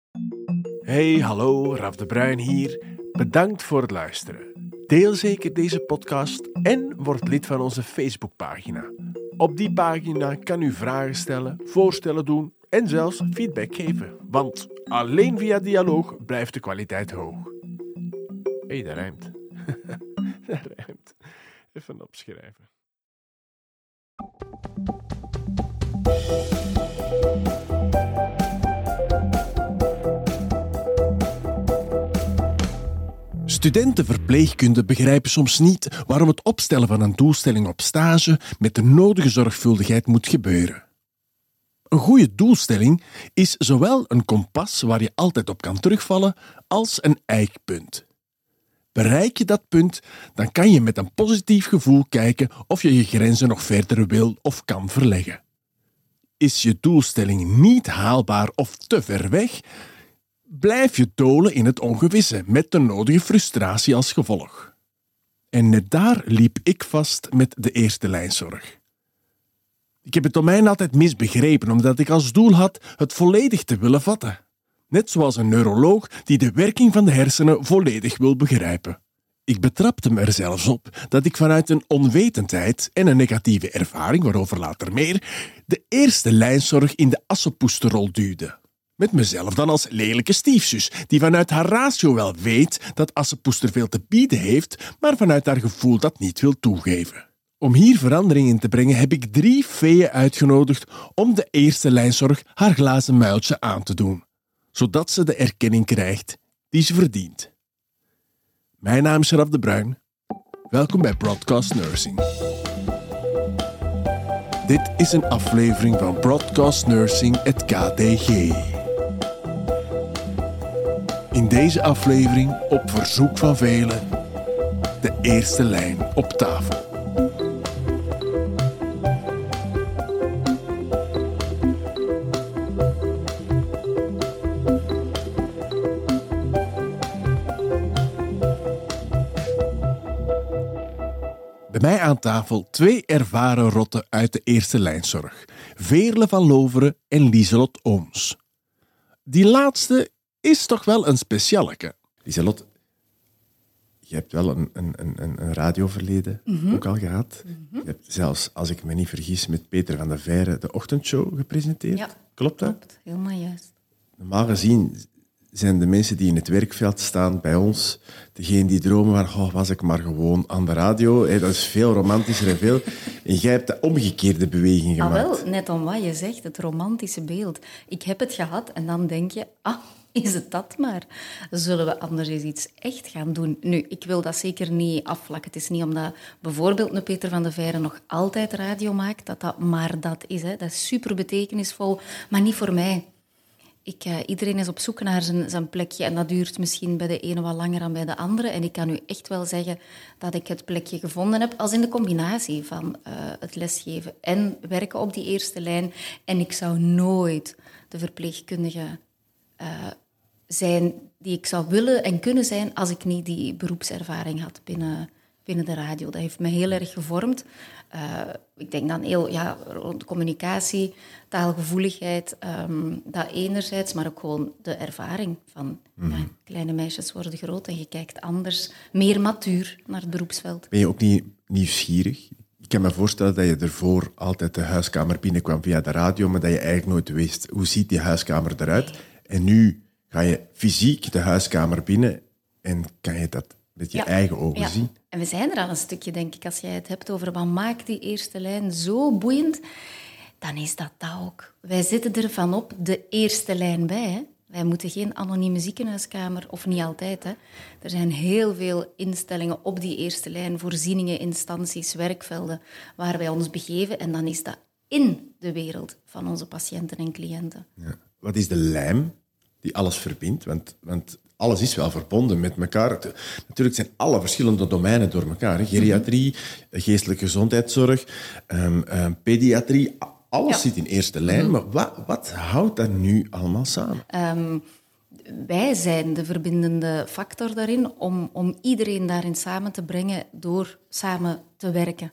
Hey, hallo, Raf de Bruin hier. Bedankt voor het luisteren. Deel zeker deze podcast en word lid van onze Facebookpagina. Op die pagina kan u vragen stellen, voorstellen doen en zelfs feedback geven. Want alleen via dialoog blijft de kwaliteit hoog. Hé, dat rijmt. Dat rijmt. Even opschrijven. Studenten verpleegkunde begrijpen soms niet waarom het opstellen van een doelstelling op stage met de nodige zorgvuldigheid moet gebeuren. Een goede doelstelling is zowel een kompas waar je altijd op kan terugvallen als een eikpunt. Bereik je dat punt, dan kan je met een positief gevoel kijken of je je grenzen nog verder wil of kan verleggen. Is je doelstelling niet haalbaar of te ver weg, blijf je dolen in het ongewisse met de nodige frustratie als gevolg. En net daar liep ik vast met de eerste lijnzorg. Ik heb het domein altijd misbegrepen omdat ik als doel had het volledig te willen vatten. Net zoals een neuroloog die de werking van de hersenen volledig wil begrijpen. Ik betrapte me er zelfs op dat ik vanuit een onwetendheid en een negatieve ervaring, waarover later meer, de eerste lijnzorg in de assenpoesterrol duwde. Met mezelf dan als lelijke stiefzus, die vanuit haar ratio wel weet dat assenpoester veel te bieden heeft, maar vanuit haar gevoel dat niet wil toegeven. Om hier verandering in te brengen heb ik 3 feeën uitgenodigd om de eerste lijnzorg haar glazen muiltje aan te doen, zodat ze de erkenning krijgt die ze verdient. Mijn naam is Raf de Bruin. Welkom bij Broadcast Nursing. Dit is een aflevering van Broadcast Nursing, het KDG. In deze aflevering, op verzoek van velen, de eerste lijn op tafel. Bij mij aan tafel 2 ervaren rotten uit de eerste lijnzorg. Veerle van Loveren en Lieselot Ooms. Die laatste is toch wel een specialeke. Lieselot, je hebt wel een radioverleden ook al gehad. Je hebt zelfs, als ik me niet vergis, met Peter van der Veire de ochtendshow gepresenteerd. Ja, Klopt dat? klopt. Helemaal juist. Normaal gezien zijn de mensen die in het werkveld staan bij ons degene die dromen van was ik maar gewoon aan de radio. Hey, dat is veel romantischer en veel. En jij hebt de omgekeerde beweging gemaakt. Wel, net om wat je zegt, het romantische beeld. Ik heb het gehad en dan denk je, is het dat maar? Zullen we anders eens iets echt gaan doen? Nu, ik wil dat zeker niet afvlakken. Het is niet omdat bijvoorbeeld een Peter van der Veire nog altijd radio maakt, dat maar dat is. Hè. Dat is super betekenisvol, maar niet voor mij. Iedereen is op zoek naar zijn plekje en dat duurt misschien bij de ene wat langer dan bij de andere. En ik kan u echt wel zeggen dat ik het plekje gevonden heb als in de combinatie van het lesgeven en werken op die eerste lijn. En ik zou nooit de verpleegkundige zijn die ik zou willen en kunnen zijn als ik niet die beroepservaring had binnen de radio. Dat heeft me heel erg gevormd. Ik denk dan heel rond communicatie, taalgevoeligheid, dat enerzijds, maar ook gewoon de ervaring van kleine meisjes worden groot en je kijkt anders, meer matuur naar het beroepsveld. Ben je ook niet nieuwsgierig? Ik kan me voorstellen dat je ervoor altijd de huiskamer binnenkwam via de radio, maar dat je eigenlijk nooit wist hoe ziet die huiskamer eruit. En nu ga je fysiek de huiskamer binnen en kan je dat met je eigen ogen zien. En we zijn er al een stukje, denk ik, als jij het hebt over wat maakt die eerste lijn zo boeiend, dan is dat ook. Wij zitten ervan op de eerste lijn bij. Hè? Wij moeten geen anonieme ziekenhuiskamer, of niet altijd. Hè? Er zijn heel veel instellingen op die eerste lijn, voorzieningen, instanties, werkvelden, waar wij ons begeven. En dan is dat in de wereld van onze patiënten en cliënten. Ja. Wat is de lijm die alles verbindt? Want alles is wel verbonden met elkaar. Natuurlijk zijn alle verschillende domeinen door elkaar. Hè. Geriatrie, geestelijke gezondheidszorg, pediatrie. Alles zit in eerste lijn. Maar wat houdt dat nu allemaal samen? Wij zijn de verbindende factor daarin om iedereen daarin samen te brengen door samen te werken.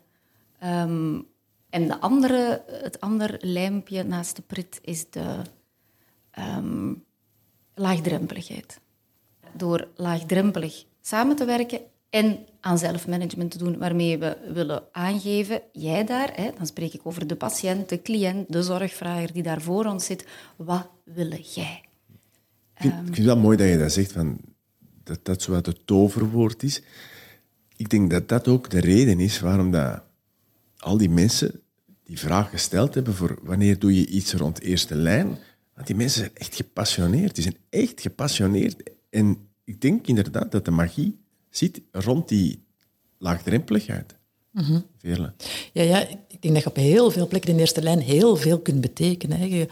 En het andere lijmpje naast de prit is laagdrempeligheid. Door laagdrempelig samen te werken en aan zelfmanagement te doen, waarmee we willen aangeven, jij daar, dan spreek ik over de patiënt, de cliënt, de zorgvrager die daar voor ons zit, wat wil jij? Ik vind het wel mooi dat je dat zegt, dat zo wat het toverwoord is. Ik denk dat dat ook de reden is waarom dat al die mensen die vraag gesteld hebben voor wanneer doe je iets rond eerste lijn. Want die mensen zijn echt gepassioneerd. Die zijn echt gepassioneerd. En ik denk inderdaad dat de magie zit rond die laagdrempeligheid. Veerle. Ja, ik denk dat je op heel veel plekken in de eerste lijn heel veel kunt betekenen. Hè.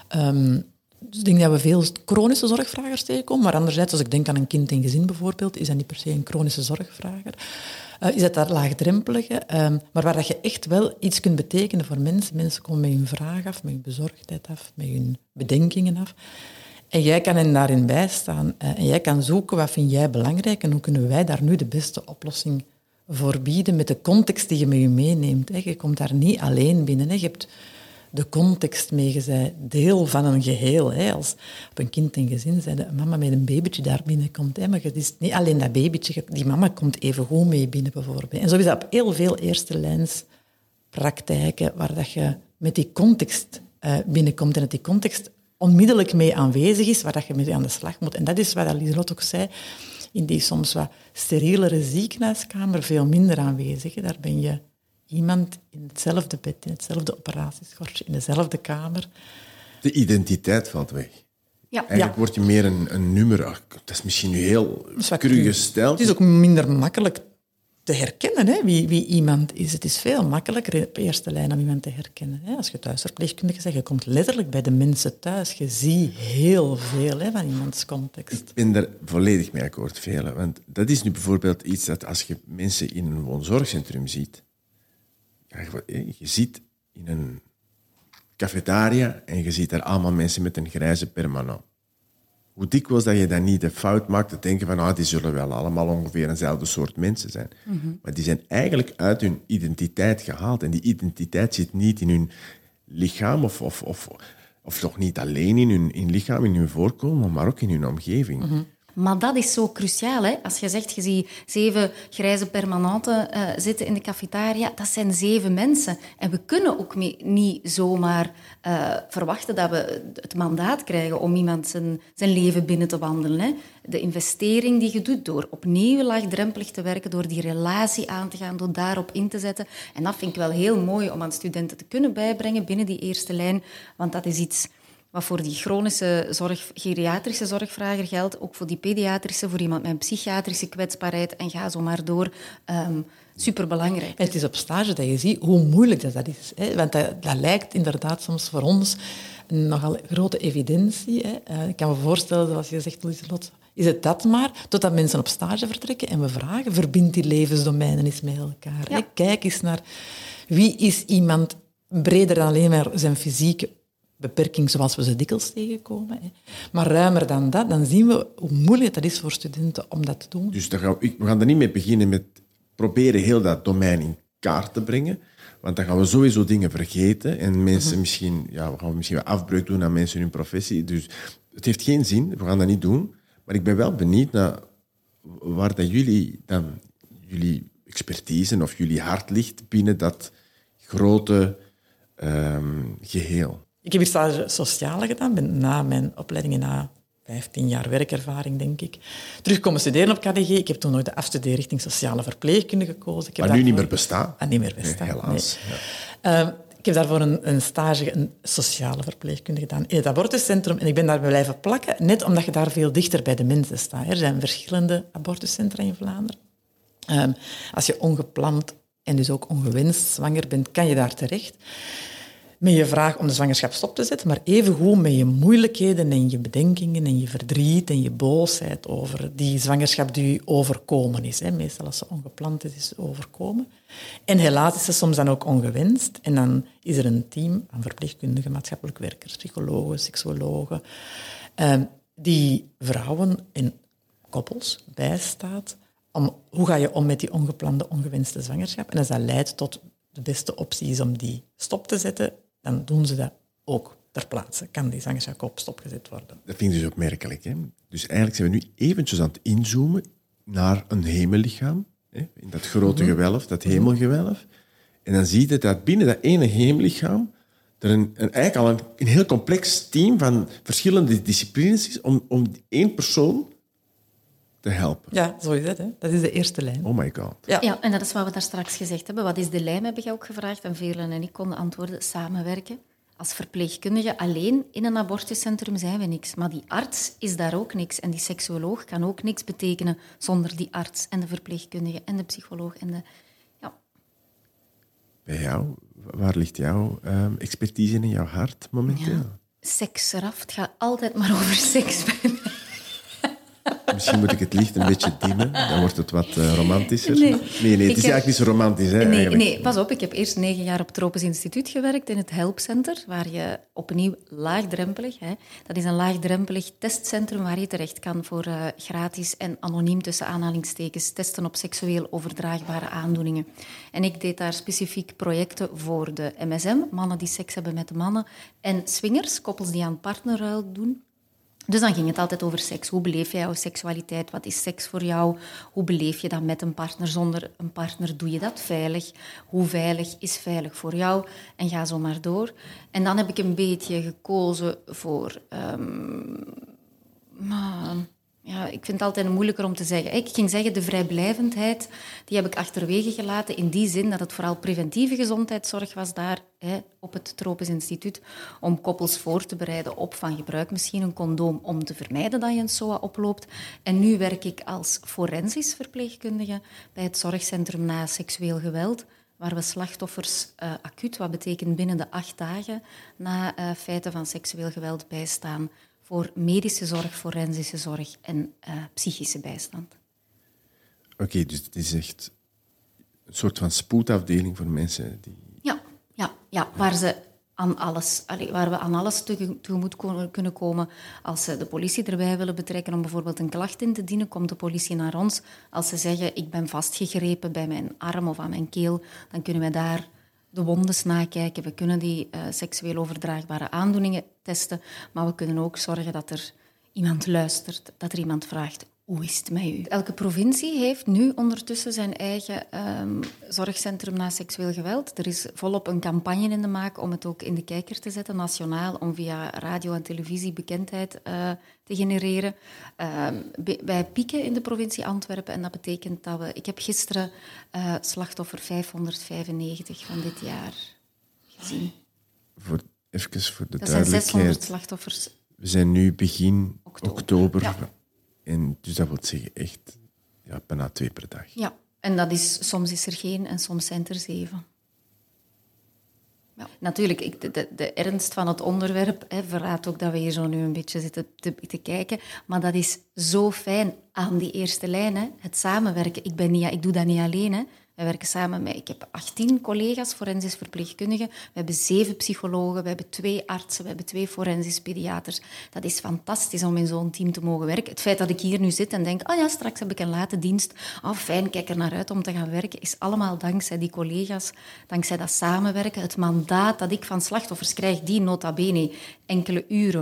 Dus ik denk dat we veel chronische zorgvragers tegenkomen, maar anderzijds, als ik denk aan een kind en gezin bijvoorbeeld, is dat niet per se een chronische zorgvrager. Is dat laagdrempelige, maar waar dat je echt wel iets kunt betekenen voor mensen. Mensen komen met hun vraag af, met hun bezorgdheid af, met hun bedenkingen af. En jij kan hen daarin bijstaan. En jij kan zoeken, wat vind jij belangrijk en hoe kunnen wij daar nu de beste oplossing voor bieden met de context die je met je meeneemt. Je komt daar niet alleen binnen. Je hebt de context mee, je bent deel van een geheel. Als op een kind en gezin zijn een mama met een babytje daar binnenkomt. Maar het is niet alleen dat babytje, die mama komt even goed mee binnen bijvoorbeeld. En zo is dat op heel veel eerste lijns praktijken waar dat je met die context binnenkomt en dat die context onmiddellijk mee aanwezig is, waar dat je mee aan de slag moet. En dat is wat Lieselot ook zei, in die soms wat sterielere ziekenhuiskamer veel minder aanwezig. Daar ben je iemand in hetzelfde bed, in hetzelfde operatieschortje, in dezelfde kamer. De identiteit valt weg. Ja. Eigenlijk word je meer een nummer. Dat is misschien nu heel cru gesteld. Het is ook minder makkelijk te herkennen, hè, wie iemand is. Het is veel makkelijker op eerste lijn om iemand te herkennen. Hè. Als je thuisverpleegkundige zegt, je komt letterlijk bij de mensen thuis. Je ziet heel veel van iemands context. Ik ben er volledig mee akkoord, Veerle. Want dat is nu bijvoorbeeld iets dat als je mensen in een woonzorgcentrum ziet, je ziet in een cafetaria en je ziet daar allemaal mensen met een grijze permanent. Hoe dikwijls dat je dan niet de fout maakt te denken van die zullen wel allemaal ongeveer eenzelfde soort mensen zijn. Maar die zijn eigenlijk uit hun identiteit gehaald. En die identiteit zit niet in hun lichaam of toch niet alleen in hun lichaam, in hun voorkomen, maar ook in hun omgeving. Maar dat is zo cruciaal. Hè? Als je zegt, je ziet 7 grijze permanenten zitten in de cafetaria, dat zijn 7 mensen. En we kunnen ook niet zomaar verwachten dat we het mandaat krijgen om iemand zijn leven binnen te wandelen. Hè? De investering die je doet door opnieuw laagdrempelig te werken, door die relatie aan te gaan, door daarop in te zetten. En dat vind ik wel heel mooi om aan studenten te kunnen bijbrengen binnen die eerste lijn, want dat is iets wat voor die chronische geriatrische zorgvrager geldt, ook voor die pediatrische, voor iemand met een psychiatrische kwetsbaarheid en ga zo maar door. Superbelangrijk. Het is op stage dat je ziet hoe moeilijk dat is. Hè? Want dat lijkt inderdaad soms voor ons een nogal grote evidentie. Hè? Ik kan me voorstellen, zoals je zegt, Lieselot, is het dat maar, totdat mensen op stage vertrekken en we vragen, verbind die levensdomeinen eens met elkaar. Ja. Hè? Kijk eens naar wie is iemand breder dan alleen maar zijn fysieke beperking zoals we ze dikwijls tegenkomen. Hè. Maar ruimer dan dat, dan zien we hoe moeilijk het is voor studenten om dat te doen. Dus we gaan er niet mee beginnen met proberen heel dat domein in kaart te brengen, want dan gaan we sowieso dingen vergeten en mensen we gaan misschien wat afbreuk doen aan mensen in hun professie. Dus het heeft geen zin, we gaan dat niet doen. Maar ik ben wel benieuwd naar waar dat jullie expertise of jullie hart ligt binnen dat grote geheel. Ik heb hier stage sociale gedaan, ben na mijn opleiding en na 15 jaar werkervaring, denk ik, terugkomen studeren op KDG. Ik heb toen nog de afstudeer richting sociale verpleegkunde gekozen. Maar nu niet meer bestaan. Niet meer bestaan, nee, helaas. Nee. Ja. Ik heb daarvoor een stage, een sociale verpleegkunde gedaan in het abortuscentrum. En ik ben daar blijven plakken, net omdat je daar veel dichter bij de mensen staat. Er zijn verschillende abortuscentra in Vlaanderen. Als je ongepland en dus ook ongewenst zwanger bent, kan je daar terecht. Met je vraag om de zwangerschap stop te zetten, maar evengoed met je moeilijkheden en je bedenkingen en je verdriet en je boosheid over die zwangerschap die je overkomen is. Hè. Meestal als ze ongepland is ze overkomen. En helaas is ze soms dan ook ongewenst. En dan is er een team van verpleegkundigen, maatschappelijk werkers, psychologen, seksuologen, die vrouwen en koppels bijstaat om hoe ga je om met die ongeplande, ongewenste zwangerschap. En als dat leidt tot de beste optie is om die stop te zetten, dan doen ze dat ook ter plaatse kan die zwangerschap stopgezet worden. Dat vind ik dus opmerkelijk. Hè? Dus eigenlijk zijn we nu eventjes aan het inzoomen naar een hemellichaam. Hè? In dat grote gewelf, dat hemelgewelf. En dan zie je dat binnen dat ene hemellichaam er eigenlijk al een heel complex team van verschillende disciplines is om één persoon te helpen. Ja, zo is het. Hè. Dat is de eerste lijn. Oh my god. Ja, en dat is wat we daar straks gezegd hebben. Wat is de lijm, heb je ook gevraagd. En Veerle en ik konden antwoorden, samenwerken. Als verpleegkundige alleen in een abortuscentrum zijn we niks. Maar die arts is daar ook niks. En die seksuoloog kan ook niks betekenen zonder die arts en de verpleegkundige en de psycholoog. En de, ja. Bij jou, waar ligt jouw expertise in jouw hart momenteel? Ja. Seks eraf. Het gaat altijd maar over seks bij mij. Misschien moet ik het licht een beetje dimmen, dan wordt het wat romantischer. Nee. Het is eigenlijk niet zo romantisch. Hè, Nee, pas op. Ik heb eerst 9 jaar op het Tropisch Instituut gewerkt in het Helpcenter, waar je opnieuw laagdrempelig... Hè, dat is een laagdrempelig testcentrum waar je terecht kan voor gratis en anoniem tussen aanhalingstekens testen op seksueel overdraagbare aandoeningen. En ik deed daar specifiek projecten voor de MSM, mannen die seks hebben met de mannen, en swingers, koppels die aan partnerruil doen. Dus dan ging het altijd over seks. Hoe beleef jij jouw seksualiteit? Wat is seks voor jou? Hoe beleef je dat met een partner? Zonder een partner doe je dat veilig? Hoe veilig is veilig voor jou? En ga zo maar door. En dan heb ik een beetje gekozen voor... Ja, ik vind het altijd moeilijker om te zeggen. Ik ging zeggen, de vrijblijvendheid, die heb ik achterwege gelaten in die zin dat het vooral preventieve gezondheidszorg was daar op het Tropisch Instituut om koppels voor te bereiden op van gebruik misschien een condoom om te vermijden dat je een SOA oploopt. En nu werk ik als forensisch verpleegkundige bij het zorgcentrum na seksueel geweld, waar we slachtoffers acuut, wat betekent binnen de 8 dagen na feiten van seksueel geweld, bijstaan voor medische zorg, forensische zorg en psychische bijstand. Oké, dus het is echt een soort van spoedafdeling voor mensen die... Ja, waar we aan alles tegemoet kunnen komen. Als ze de politie erbij willen betrekken om bijvoorbeeld een klacht in te dienen, komt de politie naar ons. Als ze zeggen, ik ben vastgegrepen bij mijn arm of aan mijn keel, dan kunnen wij daar de wondes nakijken. We kunnen die seksueel overdraagbare aandoeningen testen, maar we kunnen ook zorgen dat er iemand luistert, dat er iemand vraagt, hoe is het met u? Elke provincie heeft nu ondertussen zijn eigen zorgcentrum na seksueel geweld. Er is volop een campagne in de maak om het ook in de kijker te zetten, nationaal, om via radio en televisie bekendheid te genereren. Wij pieken in de provincie Antwerpen en dat betekent dat we... Ik heb gisteren slachtoffer 595 van dit jaar gezien. Even voor de dat zijn 600 duidelijkheid. slachtoffers. We zijn nu begin oktober. Ja. En dus dat wil zeggen echt bijna 2 per dag. Ja, en dat is, soms is er geen en soms zijn er 7. Ja. Natuurlijk, de ernst van het onderwerp verraadt ook dat we hier zo nu een beetje zitten te kijken. Maar dat is zo fijn aan die eerste lijn, hè. Het samenwerken. Ik doe dat niet alleen, hè. Wij werken samen met... Ik heb 18 collega's, forensisch verpleegkundigen. We hebben 7 psychologen, we hebben 2 artsen, we hebben 2 forensisch pediaters. Dat is fantastisch om in zo'n team te mogen werken. Het feit dat ik hier nu zit en denk, straks heb ik een late dienst. Fijn, kijk er naar uit om te gaan werken. Is allemaal dankzij die collega's, dankzij dat samenwerken. Het mandaat dat ik van slachtoffers krijg, die nota bene enkele uren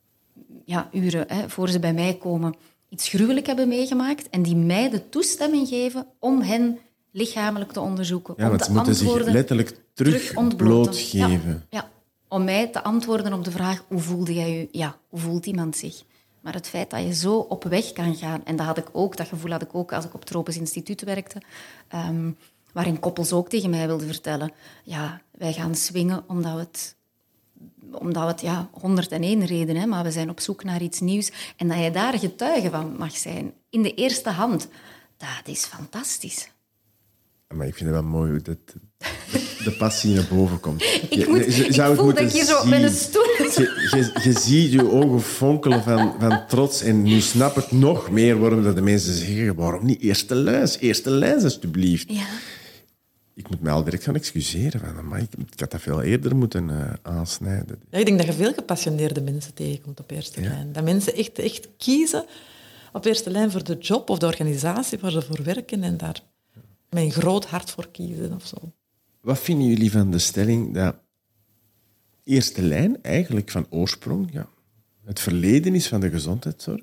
voor ze bij mij komen, iets gruwelijk hebben meegemaakt en die mij de toestemming geven om hen lichamelijk te onderzoeken. Ja, want ze moeten zich letterlijk terug blootgeven. Ja, om mij te antwoorden op de vraag, hoe voelde jij je? Ja, hoe voelt iemand zich? Maar het feit dat je zo op weg kan gaan, en dat gevoel had ik ook als ik op het Tropisch Instituut werkte, waarin koppels ook tegen mij wilden vertellen, wij gaan swingen omdat we het 101 reden, maar we zijn op zoek naar iets nieuws. En dat je daar getuige van mag zijn, in de eerste hand, dat is fantastisch. Maar ik vind het wel mooi hoe de passie naar boven komt. Ik voel dat ik hier zo met een stoel... Je ziet je ogen fonkelen van trots. En nu snap ik nog meer waarom dat de mensen zeggen, waarom niet eerste lijns alsjeblieft. Ja. Ik moet mij al direct gaan excuseren. Maar ik had dat veel eerder moeten aansnijden. Ja, ik denk dat je veel gepassioneerde mensen tegenkomt op eerste lijn. Dat mensen echt kiezen op eerste lijn voor de job of de organisatie waar ze voor werken en daar met een groot hart voor kiezen of zo. Wat vinden jullie van de stelling dat eerste lijn eigenlijk van oorsprong het verleden is van de gezondheidszorg,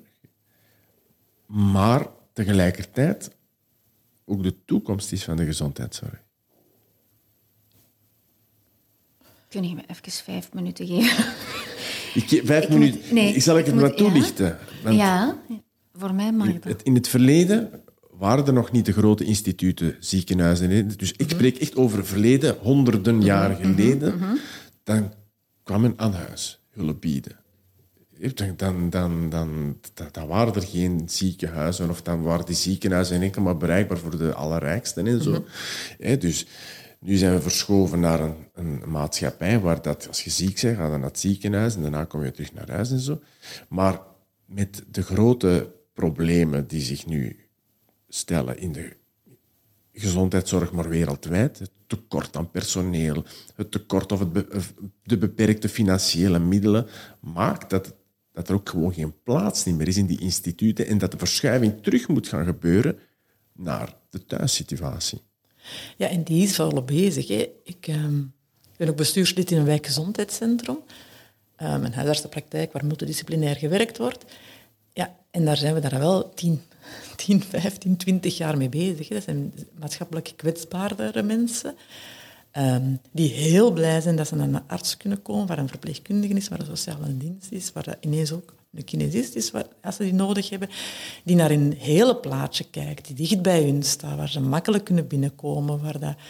maar tegelijkertijd ook de toekomst is van de gezondheidszorg. Kun je me even 5 minuten geven? 5 minuten. Zal ik het maar toelichten? Want Ja, voor mij mag dat. in het verleden waren er nog niet de grote instituten, ziekenhuizen. Dus ik spreek echt over het verleden, honderden jaren geleden. Dan kwam men aan huis hulp bieden. Dan waren er geen ziekenhuizen, of dan waren die ziekenhuizen enkel maar bereikbaar voor de allerrijksten en zo. Dus nu zijn we verschoven naar een maatschappij waar dat, als je ziek bent, ga dan naar het ziekenhuis en daarna kom je terug naar huis en zo. Maar met de grote problemen die zich nu stellen in de gezondheidszorg, maar wereldwijd, het tekort aan personeel, het tekort of de beperkte financiële middelen, maakt dat er ook gewoon geen plaats meer is in die instituten en dat de verschuiving terug moet gaan gebeuren naar de thuissituatie. Ja, en die is volop bezig. Hè. Ik ben ook bestuurslid in een wijkgezondheidscentrum. Een huisartsenpraktijk waar multidisciplinair gewerkt wordt. Ja, en daar zijn we daar wel 10, 15, 20 jaar mee bezig. Hè. Dat zijn maatschappelijk kwetsbaardere mensen die heel blij zijn dat ze naar een arts kunnen komen, waar een verpleegkundige is, waar een sociale dienst is, waar ineens ook een kinesist is, als ze die nodig hebben, die naar hun hele plaatje kijkt, die dicht bij hun staat, waar ze makkelijk kunnen binnenkomen, waar dat,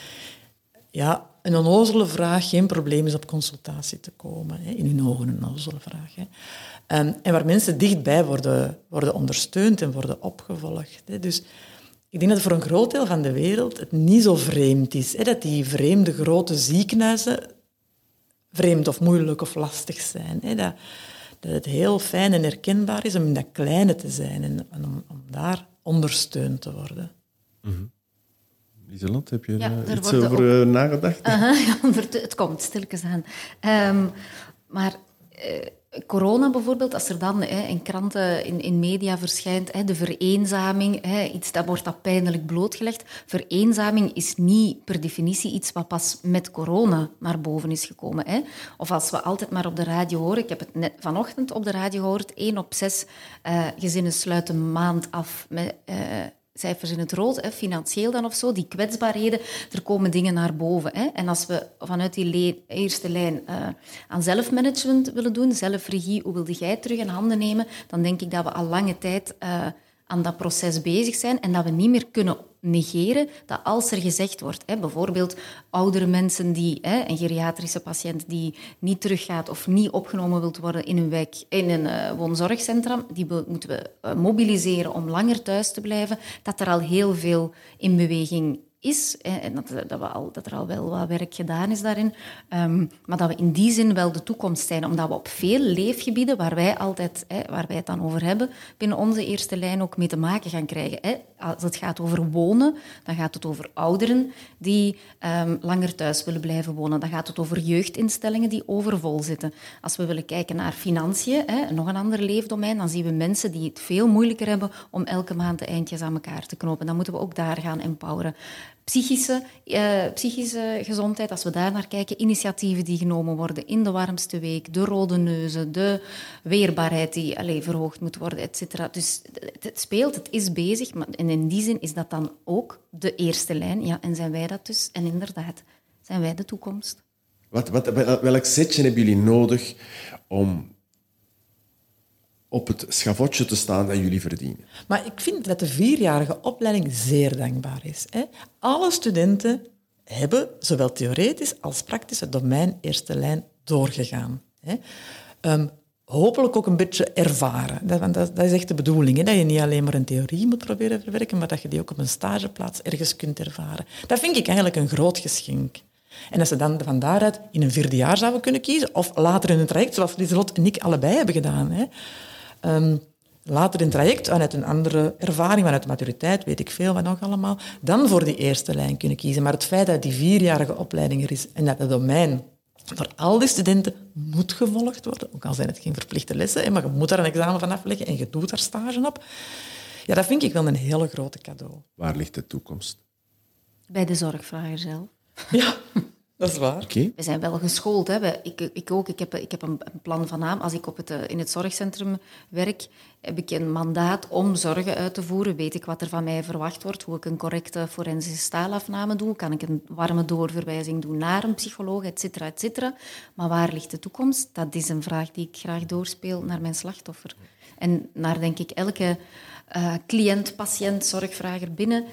een onnozele vraag geen probleem is op consultatie te komen. Hè. In hun ogen een onnozele vraag. Hè. En waar mensen dichtbij worden ondersteund en worden opgevolgd. Hè. Dus ik denk dat voor een groot deel van de wereld het niet zo vreemd is. Hè, dat die vreemde grote ziekenhuizen vreemd of moeilijk of lastig zijn. Hè. Dat het heel fijn en herkenbaar is om in dat kleine te zijn en om daar ondersteund te worden. Mm-hmm. Lieselot, heb je er iets over nagedacht? Het komt stilletjes aan. Maar corona bijvoorbeeld, als er dan in kranten, in media verschijnt, de vereenzaming, iets dat wordt pijnlijk blootgelegd. Vereenzaming is niet per definitie iets wat pas met corona naar boven is gekomen. Hè. Of als we altijd maar op de radio horen, ik heb het net vanochtend op de radio gehoord, 1 op 6 gezinnen sluiten een maand af met cijfers in het rood, financieel dan of zo, die kwetsbaarheden, er komen dingen naar boven. Hè. En als we vanuit die eerste lijn aan zelfmanagement willen doen, zelfregie, hoe wilde jij het terug in handen nemen, dan denk ik dat we al lange tijd aan dat proces bezig zijn en dat we niet meer kunnen negeren dat als er gezegd wordt, bijvoorbeeld oudere mensen een geriatrische patiënt die niet teruggaat of niet opgenomen wilt worden in een woonzorgcentrum, die moeten we mobiliseren om langer thuis te blijven, dat er al heel veel in beweging is en dat er al wel wat werk gedaan is daarin, maar dat we in die zin wel de toekomst zijn, omdat we op veel leefgebieden waar wij het dan over hebben, binnen onze eerste lijn ook mee te maken gaan krijgen. Als het gaat over wonen, dan gaat het over ouderen die langer thuis willen blijven wonen. Dan gaat het over jeugdinstellingen die overvol zitten. Als we willen kijken naar financiën, nog een ander leefdomein, dan zien we mensen die het veel moeilijker hebben om elke maand de eindjes aan elkaar te knopen. Dan moeten we ook daar gaan empoweren. Psychische gezondheid, als we daar naar kijken, initiatieven die genomen worden in de warmste week, de rode neuzen, de weerbaarheid die verhoogd moet worden, et cetera. Dus het speelt, het is bezig, en in die zin is dat dan ook de eerste lijn. Ja, en zijn wij dat dus? En inderdaad, zijn wij de toekomst. Welk setje hebben jullie nodig om op het schavotje te staan dat jullie verdienen? Maar ik vind dat de 4-jarige opleiding zeer dankbaar is. Hè. Alle studenten hebben, zowel theoretisch als praktisch, het domein eerste lijn doorgegaan. Hè. Hopelijk ook een beetje ervaren. Want dat is echt de bedoeling. Hè? Dat je niet alleen maar een theorie moet proberen verwerken, maar dat je die ook op een stageplaats ergens kunt ervaren. Dat vind ik eigenlijk een groot geschenk. En als ze dan van daaruit in een 4e jaar zouden kunnen kiezen, of later in een traject, zoals Lieselot en ik allebei hebben gedaan. Hè? Later in het traject, vanuit een andere ervaring, vanuit maturiteit, weet ik veel wat nog allemaal, dan voor die eerste lijn kunnen kiezen. Maar het feit dat die 4-jarige opleiding er is en dat het domein voor al die studenten moet gevolgd worden, ook al zijn het geen verplichte lessen, maar je moet daar een examen van afleggen en je doet daar stage op. Ja, dat vind ik wel een hele grote cadeau. Waar ligt de toekomst? Bij de zorgvrager zelf. Ja, Dat is waar. Oké. We zijn wel geschoold. Hè. Ik ook. Ik heb een plan van naam. Als ik in het zorgcentrum werk, heb ik een mandaat om zorgen uit te voeren. Weet ik wat er van mij verwacht wordt, hoe ik een correcte forensische staalafname doe. Kan ik een warme doorverwijzing doen naar een psycholoog, et cetera, et cetera. Maar waar ligt de toekomst? Dat is een vraag die ik graag doorspeel naar mijn slachtoffer. En naar, denk ik, elke cliënt, patiënt, zorgvrager binnen.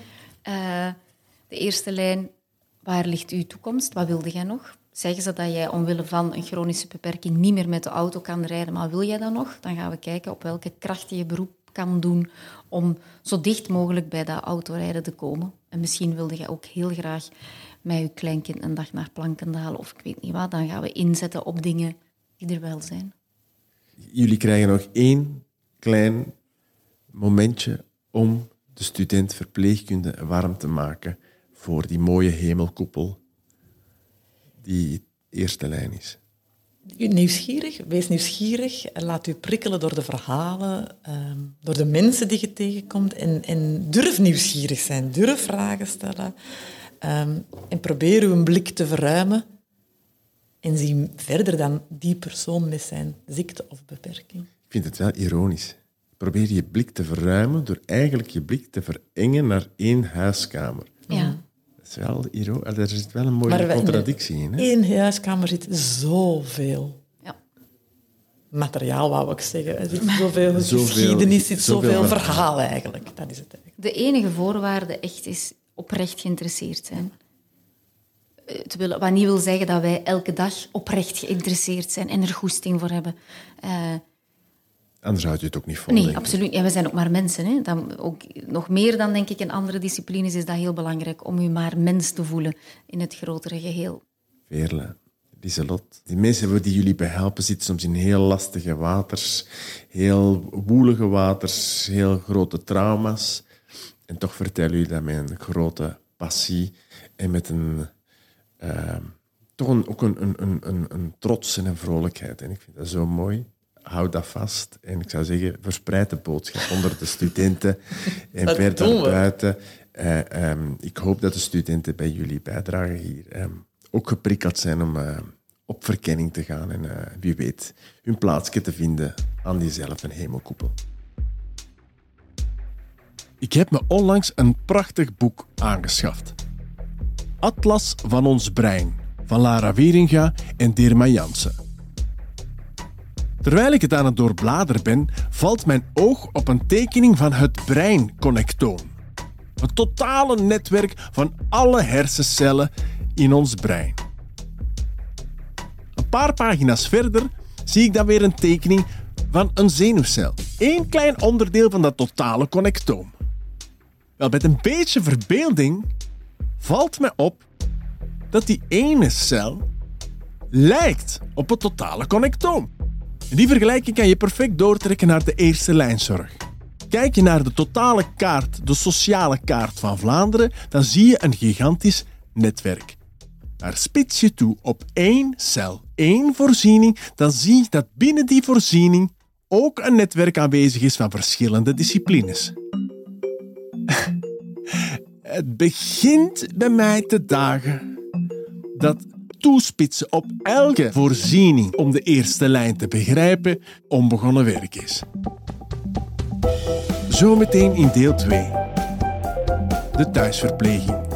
De eerste lijn, waar ligt uw toekomst? Wat wilde jij nog? Zeggen ze dat jij omwille van een chronische beperking niet meer met de auto kan rijden, maar wil jij dat nog? Dan gaan we kijken op welke kracht je beroep kan doen om zo dicht mogelijk bij dat autorijden te komen. En misschien wilde jij ook heel graag met je kleinkind een dag naar Plankendaal of ik weet niet wat. Dan gaan we inzetten op dingen die er wel zijn. Jullie krijgen nog 1 klein momentje om de student verpleegkunde warm te maken voor die mooie hemelkoepel die eerste lijn is. Wees nieuwsgierig en laat u prikkelen door de verhalen, door de mensen die je tegenkomt en durf nieuwsgierig zijn, durf vragen stellen en probeer uw blik te verruimen en zie verder dan die persoon met zijn ziekte of beperking. Ik vind het wel ironisch. Probeer je blik te verruimen door eigenlijk je blik te verengen naar 1 huiskamer. Ja. Er zit wel een mooie contradictie in. Hè? In één huiskamer zit zoveel Ja. materiaal, wou ik zeggen. Er zit zoveel geschiedenis, zit zoveel verhaal eigenlijk. Dat is het eigenlijk. De enige voorwaarde echt is oprecht geïnteresseerd zijn. Wat niet wil zeggen dat wij elke dag oprecht geïnteresseerd zijn en er goesting voor hebben. Anders houdt je het ook niet vol. Nee, absoluut. Ja, we zijn ook maar mensen. Hè. Dan ook, nog meer dan, denk ik, in andere disciplines is dat heel belangrijk om je maar mens te voelen in het grotere geheel. Veerle, Lieselot, die mensen die jullie behelpen zitten soms in heel lastige waters, heel woelige waters, heel grote trauma's. En toch vertellen jullie dat met een grote passie en met ook een trots en een vrolijkheid. En ik vind dat zo mooi. Houd dat vast. En ik zou zeggen, verspreid de boodschap onder de studenten en verder buiten. Ik hoop dat de studenten bij jullie bijdrage hier ook geprikkeld zijn om op verkenning te gaan en wie weet hun plaatsje te vinden aan diezelfde hemelkoepel. Ik heb me onlangs een prachtig boek aangeschaft. Atlas van ons brein, van Lara Wieringa en Dirma Jansen. Terwijl ik het aan het doorbladeren ben, valt mijn oog op een tekening van het breinconnectoom. Het totale netwerk van alle hersencellen in ons brein. Een paar pagina's verder zie ik dan weer een tekening van een zenuwcel. Eén klein onderdeel van dat totale connectoom. Wel, met een beetje verbeelding valt me op dat die ene cel lijkt op het totale connectoom. En die vergelijking kan je perfect doortrekken naar de eerste lijnzorg. Kijk je naar de totale kaart, de sociale kaart van Vlaanderen, dan zie je een gigantisch netwerk. Maar spits je toe op 1 cel, 1 voorziening, dan zie je dat binnen die voorziening ook een netwerk aanwezig is van verschillende disciplines. Het begint bij mij te dagen dat toespitsen op elke voorziening om de eerste lijn te begrijpen onbegonnen werk is. Zometeen in deel 2. De thuisverpleging.